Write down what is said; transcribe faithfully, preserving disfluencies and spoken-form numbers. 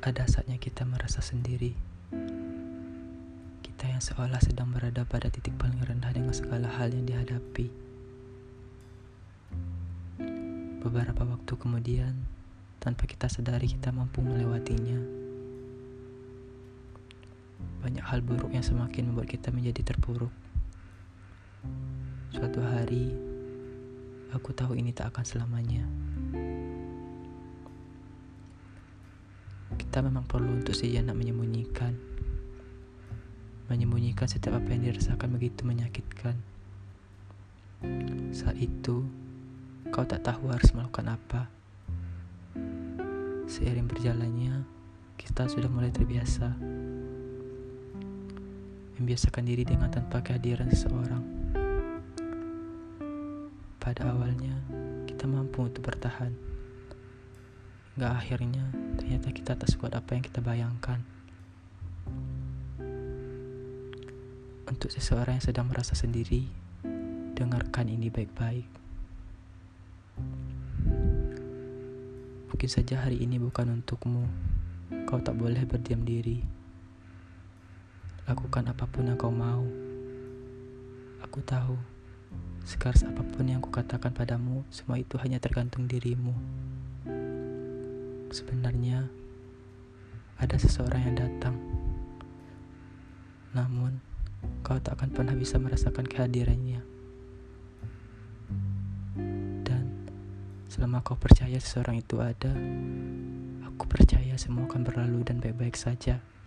Ada saatnya kita merasa sendiri. Kita yang seolah sedang berada pada titik paling rendah dengan segala hal yang dihadapi. Beberapa waktu kemudian, tanpa kita sadari kita mampu melewatinya. Banyak hal buruk yang semakin membuat kita menjadi terpuruk. Suatu hari, aku tahu ini tak akan selamanya. Kita memang perlu untuk sejenak menyembunyikan. Menyembunyikan setiap apa yang dirasakan begitu menyakitkan. Saat itu, kau tak tahu harus melakukan apa. Seiring berjalannya, kita sudah mulai terbiasa. Membiasakan diri dengan tanpa kehadiran seseorang. Pada awalnya, kita mampu untuk bertahan. Hingga akhirnya, ternyata kita tak sekuat apa yang kita bayangkan. Untuk seseorang yang sedang merasa sendiri, dengarkan ini baik-baik. Mungkin saja hari ini bukan untukmu. Kau tak boleh berdiam diri. Lakukan apapun yang kau mau. Aku tahu, sekeras apapun yang kukatakan padamu, semua itu hanya tergantung dirimu. Sebenarnya, ada seseorang yang datang. Namun, kau tak akan pernah bisa merasakan kehadirannya. Dan, selama kau percaya seseorang itu ada, aku percaya semua akan berlalu dan baik-baik saja.